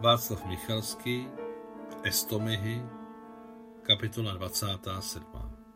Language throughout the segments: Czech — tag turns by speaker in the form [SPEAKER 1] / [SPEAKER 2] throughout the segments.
[SPEAKER 1] Václav Michalský, Estomihy, kapitola 27.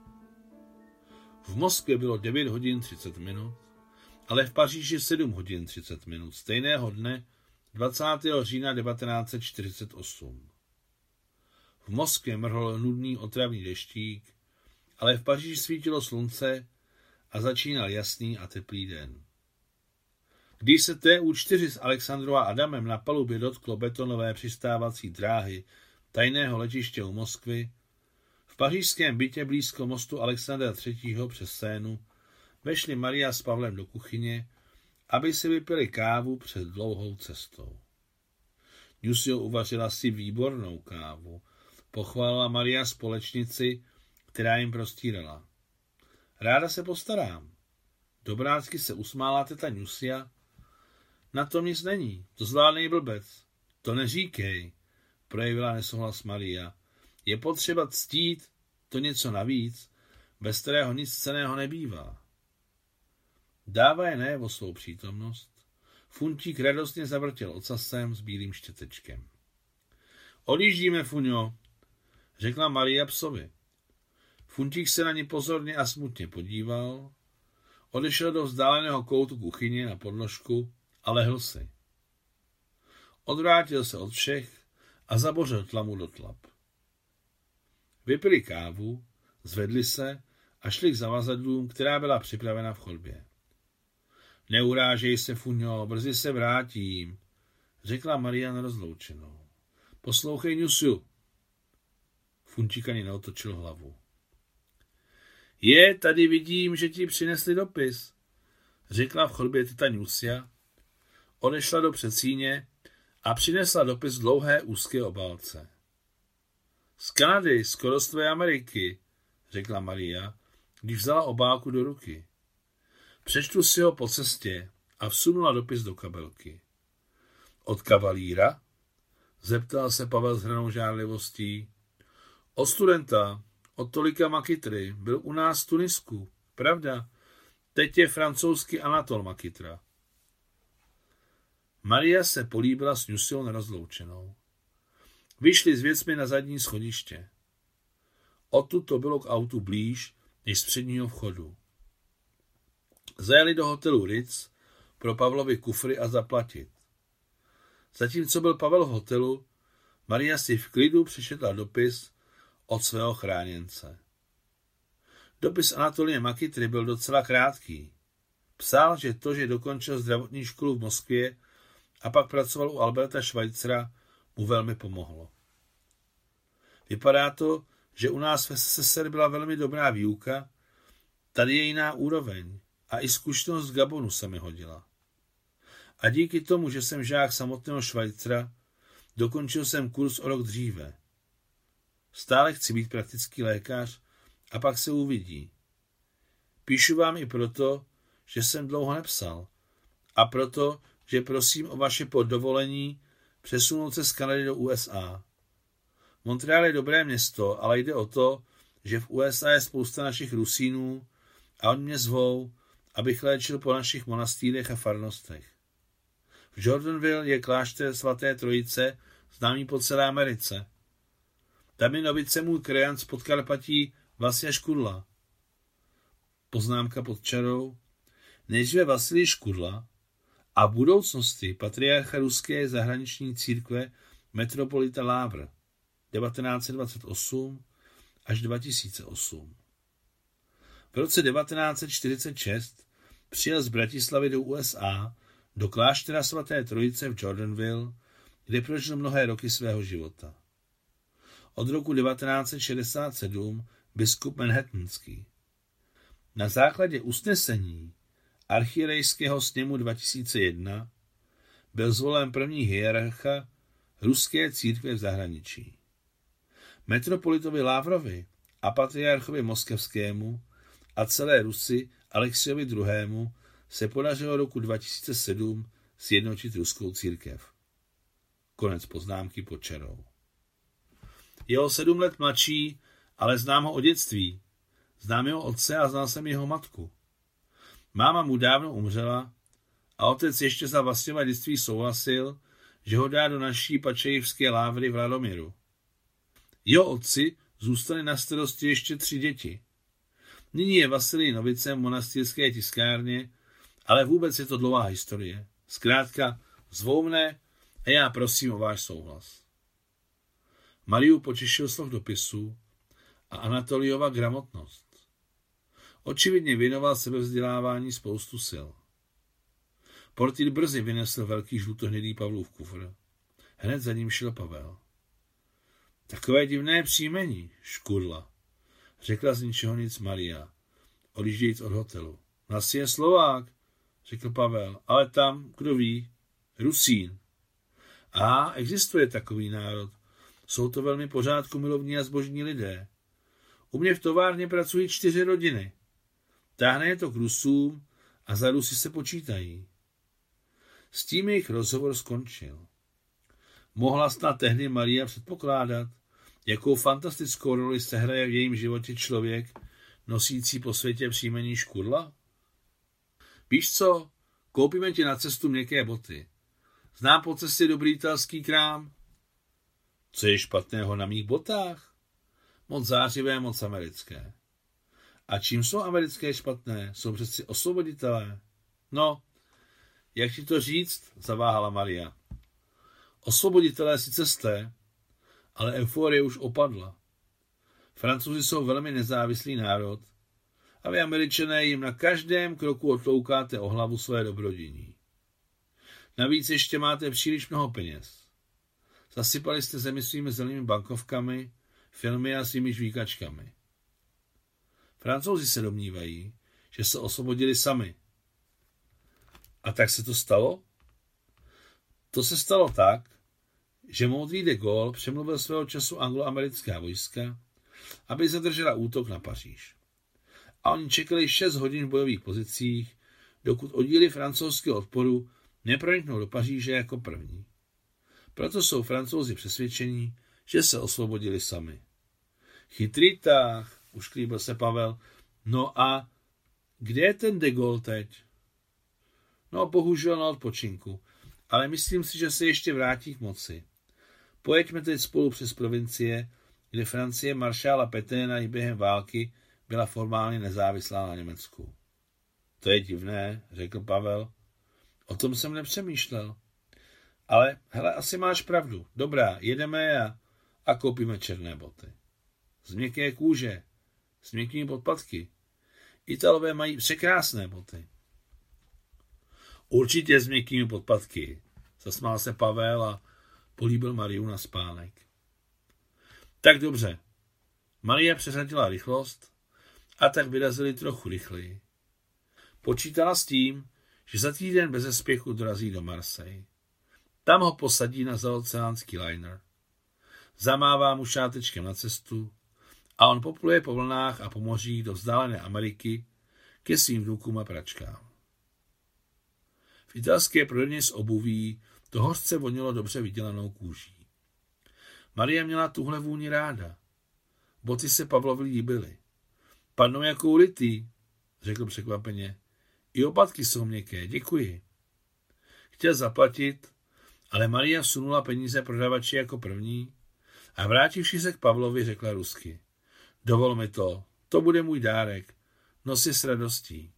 [SPEAKER 1] V Moskvě bylo 9 hodin 30 minut, ale v Paříži 7 hodin 30 minut, stejného dne 20. října 1948. V Moskvě mrhl nudný otravný deštík, ale v Paříži svítilo slunce a začínal jasný a teplý den. Když se TU-4 s Alexandrou a Adamem na palubě dotklo betonové přistávací dráhy tajného letiště u Moskvy, v pařížském bytě blízko mostu Alexandra III. Přes Sénu vešli Maria s Pavlem do kuchyně, aby si vypili kávu před dlouhou cestou. Nusio uvařila si výbornou kávu, pochválila Maria společnici, která jim prostírala. Ráda se postarám. Dobrácky se usmála teta Nusia. Na tom nic není, to zvládnej blbec. To neříkej, projevila nesouhlas Maria. Je potřeba ctít to něco navíc, bez kterého nic cenného nebývá. Dává je najevo svou přítomnost. Funtík radostně zavrtěl ocasem s bílým štětečkem. Odjíždíme, Fuňo, řekla Maria psovi. Funtík se na ní pozorně a smutně podíval, odešel do vzdáleného koutu kuchyně na podložku a lehl si. Odvrátil se od všech a zabořil tlamu do tlap. Vypili kávu, zvedli se a šli k zavazadlům, která byla připravena v chodbě. Neurážej se, Fuňo, brzy se vrátím, řekla Maria na rozloučenou. Poslouchej, Nusiu. Funtík ani neotočil hlavu. Tady vidím, že ti přinesli dopis, řekla v chodbě teta Nusia, odešla do předsíně a přinesla dopis v dlouhé úzké obálce. Z Kanady, skoro z tvé Ameriky, řekla Maria, když vzala obálku do ruky. Přečtu si ho po cestě a vsunula dopis do kabelky. Od kavalíra? Zeptal se Pavel s hranou žárlivostí. Od studenta, od Tolika Makitry, byl u nás v Tunisku, pravda, teď je francouzský Anatol Makitra. Maria se políbila s Nusiou na rozloučenou. Vyšli s věcmi na zadní schodiště. Odtud to bylo k autu blíž než z předního vchodu. Zajeli do hotelu Ritz pro Pavlovi kufry a zaplatit. Zatímco byl Pavel v hotelu, Maria si v klidu přečetla dopis od svého chráněnce. Dopis Anatolie Makitry byl docela krátký. Psal, že dokončil zdravotní školu v Moskvě a pak pracoval u Alberta Schweitzera, mu velmi pomohlo. Vypadá to, že u nás v SSSR byla velmi dobrá výuka, tady je jiná úroveň a i zkušenost z Gabonu se mi hodila. A díky tomu, že jsem žák samotného Schweitzera, dokončil jsem kurz o rok dříve. Stále chci být praktický lékař a pak se uvidí. Píšu vám i proto, že jsem dlouho nepsal a proto, že prosím o vaše dovolení přesunout se z Kanady do USA. Montreal je dobré město, ale jde o to, že v USA je spousta našich Rusínů a oni mě zvou, abych léčil po našich monastýrech a farnostech. V Jordanville je klášter svaté Trojice, známý po celé Americe. Tam je novice můj krajan z Podkarpatí Vasja Škudla. Poznámka pod čarou. Nejdříve Vasilij Škudla a v budoucnosti patriarcha ruské zahraniční církve metropolita Lávr 1928 až 2008. V roce 1946 přijel z Bratislavy do USA do kláštera svaté Trojice v Jordanville, kde prožil mnohé roky svého života. Od roku 1967 biskup Manhattanský. Na základě usnesení archierejského sněmu 2001 byl zvolen první hierarcha ruské církve v zahraničí. Metropolitovi Lávrovi a patriarchovi Moskevskému a celé Rusi Alexiovi II. Se podařilo roku 2007 sjednotit ruskou církev. Konec poznámky pod čarou. Je o 7 let mladší, ale znám ho od dětství. Znám jeho otce a znal jsem jeho matku. Máma mu dávno umřela a otec ještě za Vastěva dětství souhlasil, že ho dá do naší pačejevské lávry v Radomiru. Jeho otci zůstali na starosti ještě 3 děti. Nyní je Vasilij novicem v monastýrské tiskárně, ale vůbec je to dlouhá historie. Zkrátka, zvou mne a já prosím o váš souhlas. Mariu potěšil slov dopisu a Anatoliova gramotnost. Očividně věnoval sebevzdělávání spoustu sil. Portýr brzy vynesl velký žlutohnědý Pavlův kufr. Hned za ním šel Pavel. Takové divné příjmení, škudla, řekla z ničeho nic Maria, odjíždějíc od hotelu. Nás je Slovák, řekl Pavel, ale tam, kdo ví, Rusín. Aha, existuje takový národ. Jsou to velmi pořádkumilovní a zbožní lidé. U mě v továrně pracují 4 rodiny. Táhne je to k Rusům a za Rusy se počítají. S tím jejich rozhovor skončil. Mohla snad tehdy Maria předpokládat, jakou fantastickou roli sehraje v jejím životě člověk, nosící po světě příjmení Škudla? Víš co, koupíme ti na cestu měkké boty. Znám po cestě dobrý italský krám. Co je špatného na mých botách? Moc zářivé, moc americké. A čím jsou americké špatné? Jsou přeci osvoboditelé. No, jak ti to říct? Zaváhala Maria. Osvoboditelé sice jste, ale euforie už opadla. Francouzi jsou velmi nezávislý národ a vy Američané jim na každém kroku otloukáte o hlavu své dobrodiní. Navíc ještě máte příliš mnoho peněz. Zasypali jste zemi svými zelenými bankovkami, filmy a svými žvíkačkami. Francouzi se domnívají, že se osvobodili sami. A tak se to stalo? To se stalo tak, že moudrý de Gaulle přemluvil svého času angloamerická vojska, aby zadržela útok na Paříž. A oni čekali 6 hodin v bojových pozicích, dokud oddíly francouzského odporu neproniknou do Paříže jako první. Proto jsou Francouzi přesvědčení, že se osvobodili sami. Chytrý tah, ušklíbil se Pavel. No a kde je ten de Gaulle teď? No, bohužel na odpočinku, ale myslím si, že se ještě vrátí k moci. Pojeďme teď spolu přes provincie, kde Francie maršála Pétaina i během války byla formálně nezávislá na Německu. To je divné, řekl Pavel. O tom jsem nepřemýšlel. Ale, hele, asi máš pravdu. Dobrá, jedeme a koupíme černé boty. Z měkké kůže, s měkkými podpatky. Italové mají překrásné boty. Určitě s měkkými podpatky, zasmál se Pavel a políbil Mariu na spánek. Tak dobře. Maria přeřadila rychlost a tak vyrazili trochu rychleji. Počítala s tím, že za týden beze spěchu dorazí do Marseille. Tam ho posadí na zaoceánský liner. Zamává mu šátečkem na cestu a on popluje po vlnách a po mořích do vzdálené Ameriky ke svým vnukům a pračkám. V italské prodejně s obuví to hořce vonilo dobře vydělanou kůží. Maria měla tuhle vůni ráda. Boty se Pavlovi líbily. Padnou jako ulitý, řekl překvapeně. I opatky jsou měkké, děkuji. Chtěl zaplatit, ale Maria vsunula peníze prodavači jako první a vrátivši se k Pavlovi řekla rusky. Dovol mi to bude můj dárek, nosi s radostí.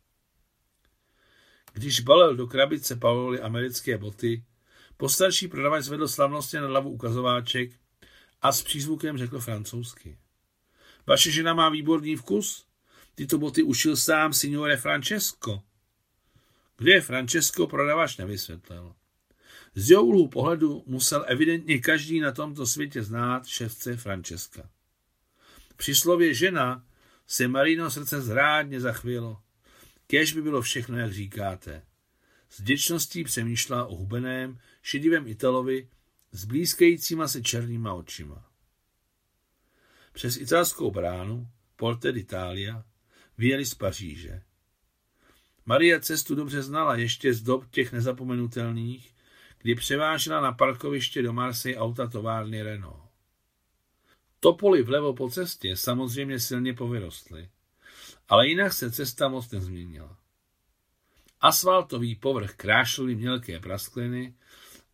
[SPEAKER 1] Když balil do krabice Pavlovi americké boty, postarší prodavač zvedl slavnostně na hlavu ukazováček a s přízvukem řekl francouzsky. Vaše žena má výborný vkus? Tyto boty ušil sám signore Francesco. Kde je Francesco, prodavač nevysvětlil. Z jeho úhlu pohledu musel evidentně každý na tomto světě znát šéfce Francesca. Při slově žena se Marino srdce zrádně zachvělo. Kéž by bylo všechno, jak říkáte. S vděčností přemýšlela o hubeném, šedivém Italovi s blízkajícíma se černýma očima. Přes italskou bránu, Porta d'Italia, vyjeli z Paříže. Maria cestu dobře znala ještě z dob těch nezapomenutelných, kdy převážela na parkoviště do Marseille auta továrny Renault. Topoly vlevo po cestě samozřejmě silně povyrostly, ale jinak se cesta moc nezměnila. Asfaltový povrch krášlily mělké praskliny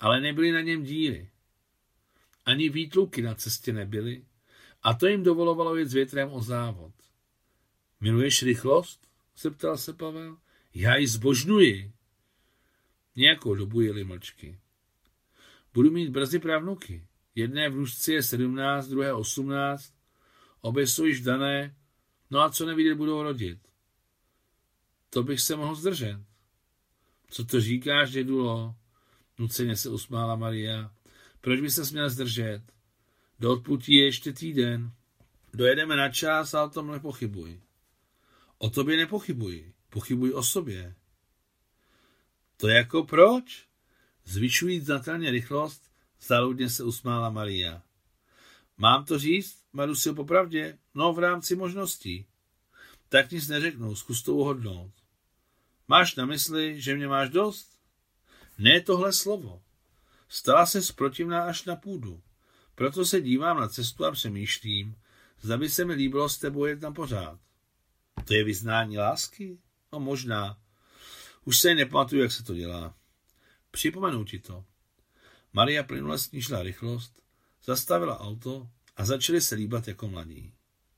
[SPEAKER 1] ale nebyly na něm díry. Ani výtluky na cestě nebyly a to jim dovolovalo jet s větrem o závod. Miluješ rychlost? Zeptal se Pavel. Já ji zbožňuji. Nějakou dobu jeli mlčky. Budu mít brzy pravnuky. Jedné vnučce je 17, druhé 18, obě jsou již dané, no a co nevidět budou rodit. To bych se mohl zdržet. Co to říkáš, dědulo? Nuceně se usmála Maria. Proč by se měl zdržet? Do odplutí je ještě týden. Dojedeme na čas a o tom nepochybuj. O tobě nepochybuji. Pochybuj o sobě. To jako proč? Zvyšují znatelně rychlost, záludně se usmála Maria. Mám to říct, Marusio, popravdě? No, v rámci možností. Tak nic neřeknu, zkus to uhodnout. Máš na mysli, že mě máš dost? Ne tohle slovo. Stala se protivná až na půdu. Proto se dívám na cestu a přemýšlím, zda by se mi líbilo s tebou jet na pořád. To je vyznání lásky? No možná. Už se nepamatuju, jak se to dělá. Připomenu ti to. Maria plynule snížila rychlost, zastavila auto a začali se líbat jako mladí.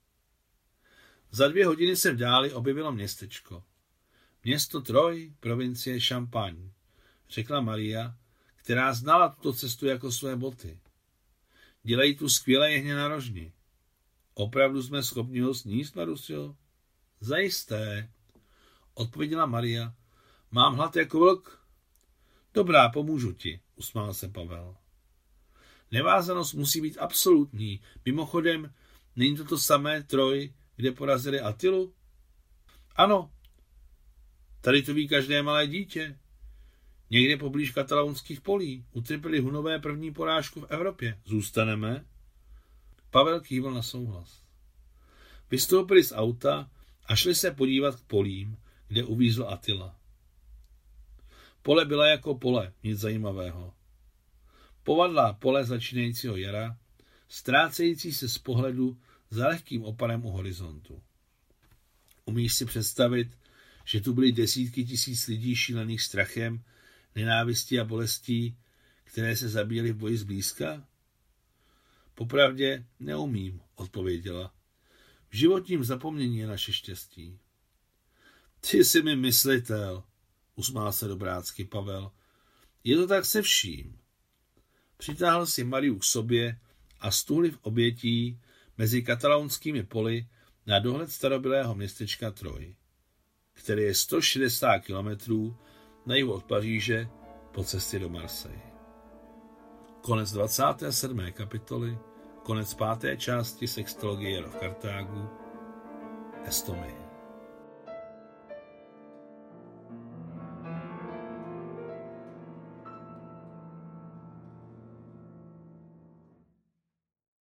[SPEAKER 1] Za 2 hodiny se v dáli objevilo městečko. Město Troy, provincie Champagne, řekla Maria, která znala tuto cestu jako své boty. Dělají tu skvělé jehně na rožni. Opravdu jsme schopni ho sníst, Marusio? Zajisté, odpověděla Maria. Mám hlad jako vlk. Dobrá, pomůžu ti, usmál se Pavel. Nevázanost musí být absolutní. Mimochodem, není to samé Troy, kde porazili Attilu? Ano, tady to ví každé malé dítě. Někde poblíž katalonských polí utrpěli Hunové první porážku v Evropě. Zůstaneme? Pavel kývl na souhlas. Vystoupili z auta a šli se podívat k polím, kde uvízl Attila. Pole byla jako pole, nic zajímavého. Povadlá pole začínajícího jara, ztrácející se z pohledu za lehkým opadem u horizontu. Umíš si představit, že tu byly desítky tisíc lidí šílených strachem, nenávistí a bolestí, které se zabíjely v boji zblízka? Popravdě neumím, odpověděla. V životním zapomnění je naše štěstí. Ty jsi mi myslitel, usmál se dobrácky Pavel. Je to tak se vším. Přitáhl si Mariu k sobě a stůhli v obětí mezi katalonskými poli na dohled starobylého městečka Troy, který je 160 kilometrů na jihu od Paříže po cestě do Marseille. Konec 27. kapitoly, konec 5. části sextologie Jaro v Kartágu, Estomy.